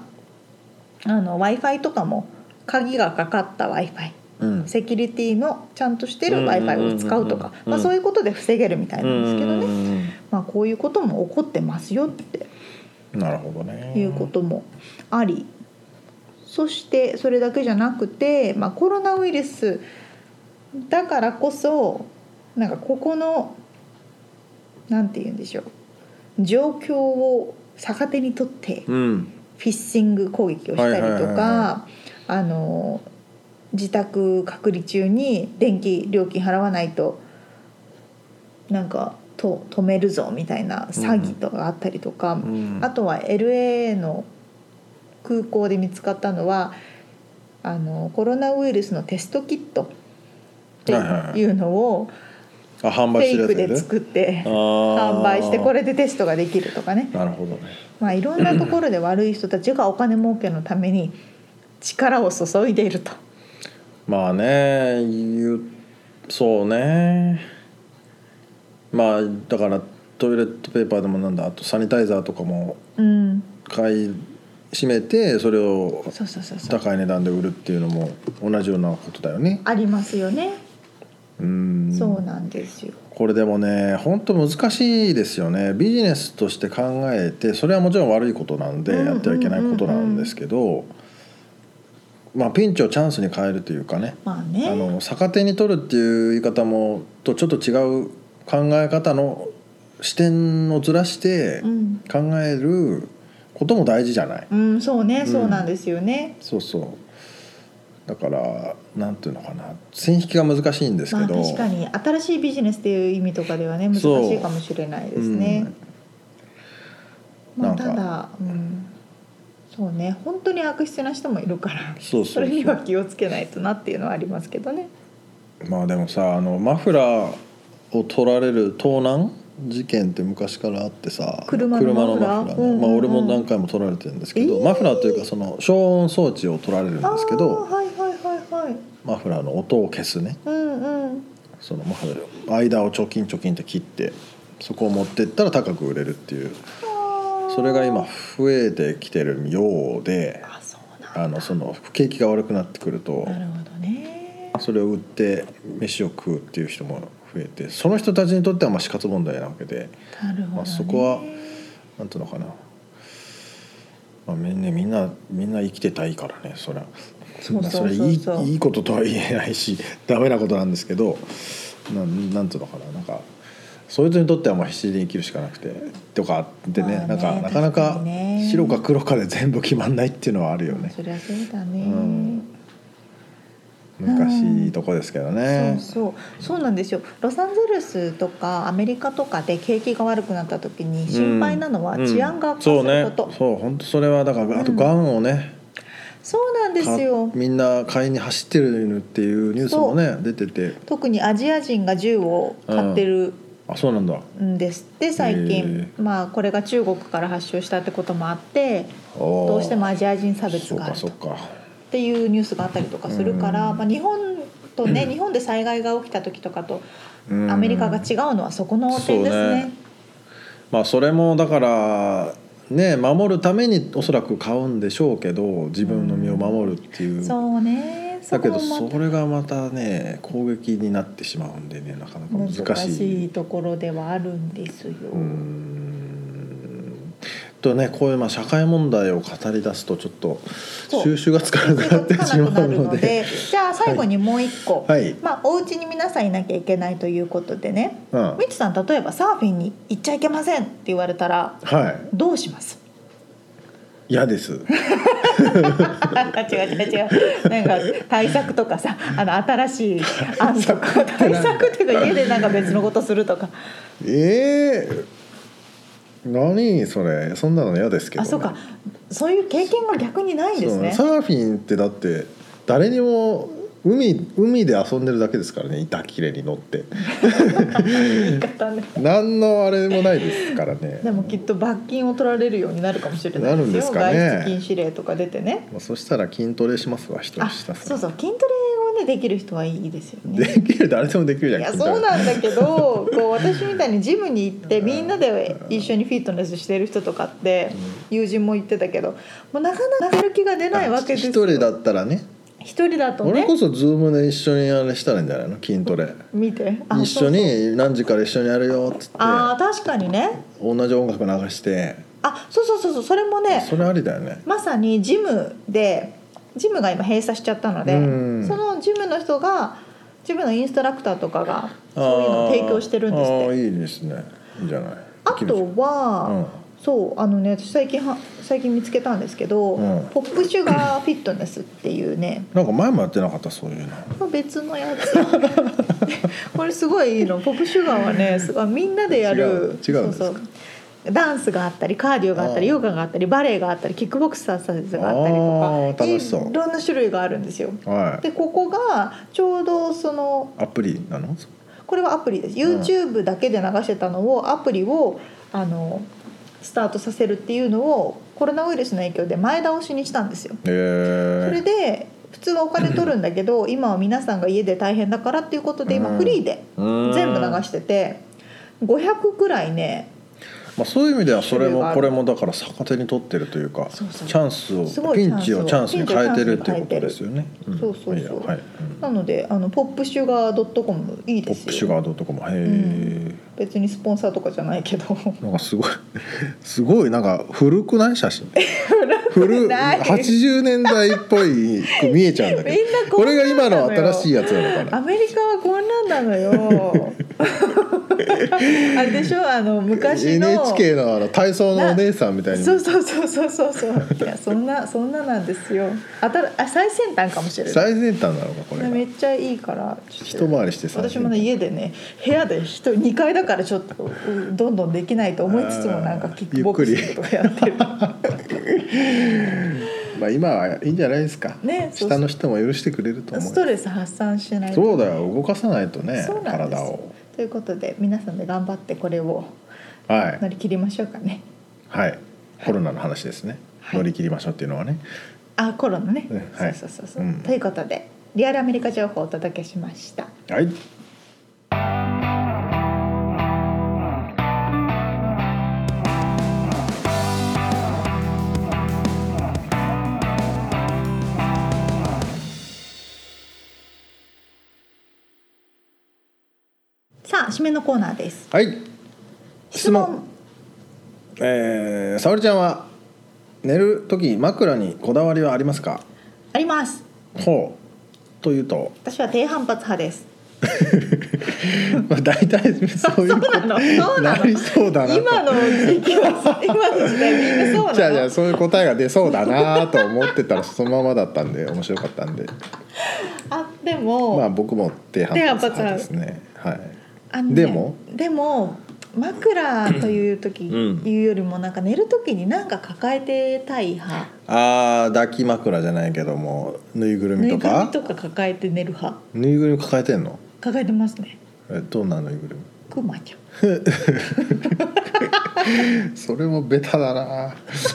Wi-Fi とかも鍵がかかった Wi-Fi、セキュリティのちゃんとしてる Wi-Fi を使うとか、まあ、そういうことで防げるみたいなんですけどね、まあ、こういうことも起こってますよってなるほどねいうこともあり、そしてそれだけじゃなくて、まあ、コロナウイルスだからこそなんかここのなんて言うんでしょう、状況を逆手にとってフィッシング攻撃をしたりとか、自宅隔離中に電気料金払わないとなんか止めるぞみたいな詐欺とかあったりとか、あとは LA の空港で見つかったのはコロナウイルスのテストキットっていうのをフェイクで作って販売してこれでテストができるとかね。 なるほどね。 まあいろんなところで悪い人たちがお金儲けのために力を注いでいると。 まあね、そうね。まあだからトイレットペーパーでもなんだ、あとサニタイザーとかも買い占めてそれを高い値段で売るっていうのも同じようなことだよね。 ありますよね。そうなんですよ。 これでもね本当難しいですよね。ビジネスとして考えてそれはもちろん悪いことなんでやってはいけないことなんですけど、まあピンチをチャンスに変えるというかね、 まあね、 逆手に取るっていう言い方もとちょっと違う考え方の視点をずらして考えることも大事じゃない。 そうね、そうなんですよね。 そうそう。だからなんていうのかな、線引きが難しいんですけど、 まあ、確かに新しいビジネスっていう意味とかではね難しいかもしれないですね。まあ、ただ、そうね、本当に悪質な人もいるからそれには気をつけないとなっていうのはありますけどね。 まあでもさマフラーを取られる盗難事件って昔からあってさ、 車のマフラー、 まあ、俺も何回も取られてるんですけど、マフラーというかその消音装置を取られるんですけど、マフラーの音を消すね、そのマフラー間をチョキンチョキンって切ってそこを持ってったら高く売れるっていう、それが今増えてきてるようで、その景気が悪くなってくると、 なるほどね、 それを売って飯を食うっていう人も増えて、その人たちにとってはまあ死活問題なわけで、 なるほどね、 まあ、そこはなんていうのかな、まあ、みんな生きてたいいからね、それはいいこととは言えないしダメなことなんですけど、なんていうのかな、なんかそいつにとってはまあ必死で生きるしかなくてとかでね、なかなか白か黒かで全部決まんないっていうのはあるよね。 そりゃそうだね、 難しいとこですけどね。 そうなんですよ。ロサンゼルスとかアメリカとかで景気が悪くなった時に心配なのは治安が悪化すること。 そう本当それはだから、あとガンをね、 そうなんですよ。 みんな買いに走ってるっていうニュースもね出てて、 特にアジア人が銃を買ってる、 そうなんだんですって最近。まあこれが中国から発祥したってこともあって、どうしてもアジア人差別があるとっていうニュースがあったりとかするから、まあ、日本とね、日本で災害が起きた時とかとアメリカが違うのはそこの点ですね。 まあそれもだからね守るためにおそらく買うんでしょうけど、自分の身を守るっていう、 そうね。 だけどそれがまたね攻撃になってしまうんでね、なかなか難しい。 難しいところではあるんですよ。 ね、こういう社会問題を語り出すとちょっと収集がつかなくなってしまうので、 じゃあ最後にもう一個、 はい、 お家に皆さんいなきゃいけないということでね、みつさん例えばサーフィンに行っちゃいけませんって言われたら、 はい、 どうします？ 嫌です。 違うなんか対策とかさ、新しい案とか対策っていうか家でなんか別のことするとか。 何それ、そんなの嫌ですけど、ね、 そうか、そういう経験が逆にないんですね。 サーフィンってだって誰にも海で遊んでるだけですからね、板きれに乗って言い方ね、何のあれもないですからね。 でもきっと罰金を取られるようになるかもしれないですよ。 なるんですかね。 外出禁止令とか出てね。 そしたら筋トレしますわ、一人したそうそう、筋トレをねできる人はいいですよね。 できる、誰でもできるじゃん。 いやそうなんだけどこう私みたいにジムに行ってみんなで一緒にフィットネスしてる人とかって友人も言ってたけど、もうなかなかやる気が出ないわけですよ。 一人だったらね、 一人だとね、 俺こそズームで一緒にあれしたらいいんじゃないの、筋トレ見て一緒に何時から一緒にやるよっつって、 確かにね、 同じ音楽流して、 そうそれもね、 それありだよね。 まさにジムが今閉鎖しちゃったので、そのジムの人が、ジムのインストラクターとかがそういうのを提供してるんですって。 いいですね、いいんじゃない。 あとは、そう私最近見つけたんですけど、ポップシュガーフィットネスっていうね、 なんか前もやってなかった、そういうの。 別のやつこれすごいいいの。ポップシュガーはね、すごいみんなでやる、 違うんですか。 そうダンスがあったり、カーディオがあったり、ヨガがあったり、バレエがあったり、キックボクサーサイズがあったりとか、 楽しそう。 いろんな種類があるんですよ。でここがちょうどそのアプリなの？ これはアプリです。 YouTube だけで流してたのを、アプリをスタートさせるっていうのをコロナウイルスの影響で前倒しにしたんですよ。それで普通はお金取るんだけど今は皆さんが家で大変だからっていうことで今フリーで全部流してて、500くらいね、 そういう意味ではそれもこれもだから逆手に取ってるというか、チャンスを、ピンチをチャンスに変えてるっていうことですよね。 そう、なのでポップシュガー .com いいですよ。 ポップシュガー .com、 別にスポンサーとかじゃないけど、 なんかすごいなんか古くない写真80年代っぽい見えちゃうんだけど、これが今の新しいやつなのかな。 アメリカはこんなんなのよあれでしょ、昔の NHK の体操のお姉さんみたいに。 そういやそんななんですよ。最先端かもしれない。 最先端なのかこれ。 めっちゃいいから一回りしてさ、 私もね家でね部屋で2階だからちょっとどんどんできないと思いつつもなんかキックボクシングとかやってる今はいいんじゃないですか、 ね、 下の人も許してくれると思う。 ストレス発散しないと。 そうだよ、動かさないとね、体を。 ということで皆さんで頑張ってこれを乗り切りましょうかね。 はい、コロナの話ですね、乗り切りましょうっていうのはね。 コロナね、そう、ということでリアルアメリカ情報をお届けしました。 はい。 さあ締めのコーナーです。 はい。質問。沙織ちゃんは寝る時枕にこだわりはありますか？ あります。 ほう。というと。 私は低反発派です。 大体そういうことなりそうだなと。 今の時期は今の時代みんなそうなの。 じゃあそういう答えが出そうだなと思ってたらそのままだったんで面白かったんで。 でも僕も低反発派ですね。はい。でも枕という時いうよりもなんか寝る時になんか抱えてたい派。 抱き枕じゃないけどもぬいぐるみとか。 ぬいぐるみとか抱えて寝る派。 ぬいぐるみ抱えてんの？ 抱えてますね。 どんなぬいぐるみ？ クマちゃん。 それもベタだな。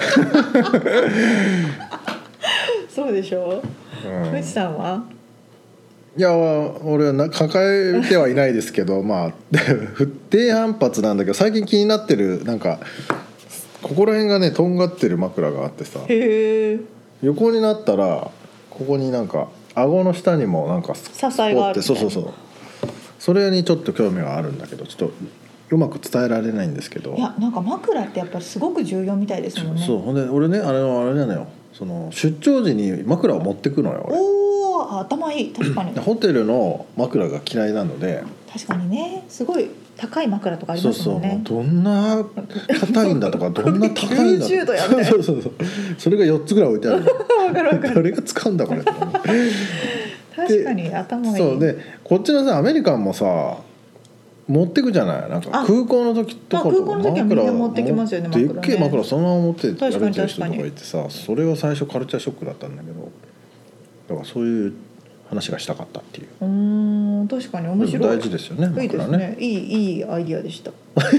そうでしょ。藤さんは？ いや俺は抱えてはいないですけど低反発なんだけど最近気になってるなんかここら辺がねとんがってる枕があってさ、 へえ。 横になったらここになんか顎の下にもなんか支えがあるみたいな。 そう。それにちょっと興味があるんだけど、ちょっとうまく伝えられないんですけど。 いや、なんか枕ってやっぱりすごく重要みたいですもんね。 そう、ほんで俺ねあれなのよ、その出張時に枕を持ってくのよ俺。 おお、頭いい。確かに。 ホテルの枕が嫌いなので。 確かにね、すごい高い枕とかありますもんね。 そうどんな硬いんだとかどんな高いんだとか 90度やみたいな。 そうそれが4つぐらい置いてあるわかるわかる。 誰が使うんだこれとかね確かに頭いい。 そうで、こっちのさアメリカンもさ持ってくじゃない、なんか空港の時とか空港の時はみんな持ってきますよね、 でっけえ枕そのまま持って歩いてる人とか確かにいてさ、それが最初カルチャーショックだったんだけど、だからそういう話がしたかったっていう。 確かに面白い。 大事ですよね。 いいですね。いいアイディアでした。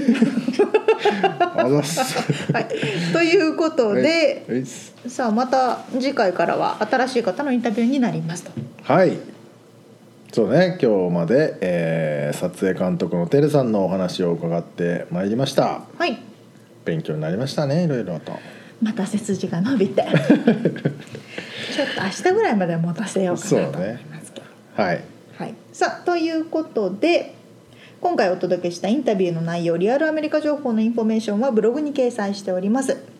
あざっす。 はい。ということで、 はいさあまた次回からは新しい方のインタビューになりますと。 はい。そうね、今日まで、撮影監督のてるさんのお話を伺ってまいりました。 はい。 勉強になりましたね、いろいろと。 また背筋が伸びてちょっと明日ぐらいまで持たせようかなと思いますけど、 はい、 はい、さあということで今回お届けしたインタビューの内容、リアルアメリカ情報のインフォメーションはブログに掲載しております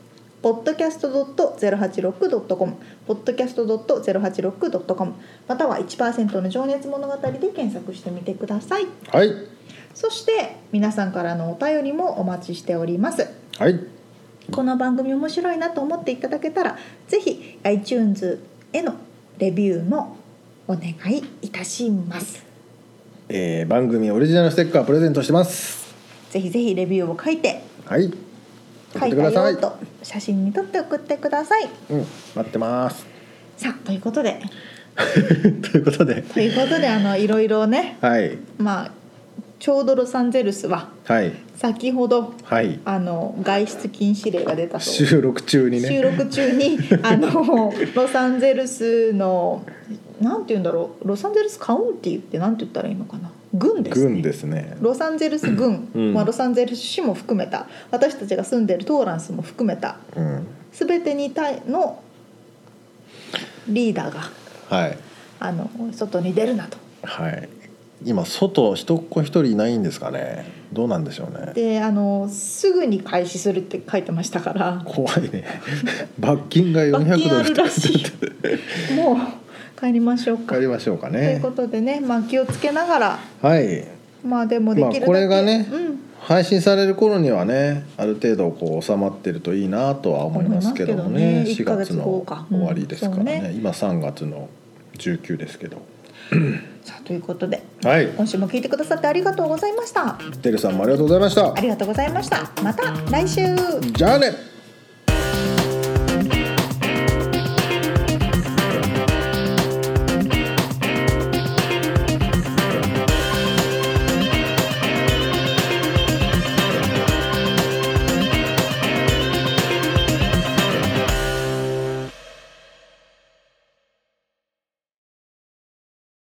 。podcast.086.com podcast.086.com または 1% の情熱物語で検索してみてください。 はい。 そして皆さんからのお便りもお待ちしております。 はい。 この番組面白いなと思っていただけたらぜひ iTunes へのレビューのお願いいたします。 番組オリジナルステッカープレゼントしてます。 ぜひぜひレビューを書いて、 はい、 書いたよと写真に撮って送ってください。 待ってます。 さあということでということでいろいろね、 はい、 まあちょうどロサンゼルスは、 はい、 先ほど、 はい、 外出禁止令が出たそう。 収録中にロサンゼルスのなんて言うんだろう、ロサンゼルスカウンティってなんて言ったらいいのかな、郡ですね。ロサンゼルス郡、ロサンゼルス市も含めた私たちが住んでるトーランスも含めた、全てにのリーダーが、 はい、 外に出るなと。 はい。今外人っ子一人いないんですかね。どうなんでしょうね。 ですぐに開始するって書いてましたから怖いね。罰金が400ドルあるらしい。もう帰りましょうか。 帰りましょうかね。 ということでね、気をつけながら、 はい。 でもできるだけ、 これがね、配信される頃にはね、ある程度こう収まってるといいなとは思いますけどもね。4月の終わりですからね。今3月の19ですけど。 さあということで、 はい、 今週も聞いてくださってありがとうございました。 てるさんもありがとうございました。 ありがとうございました。また来週。 じゃあね。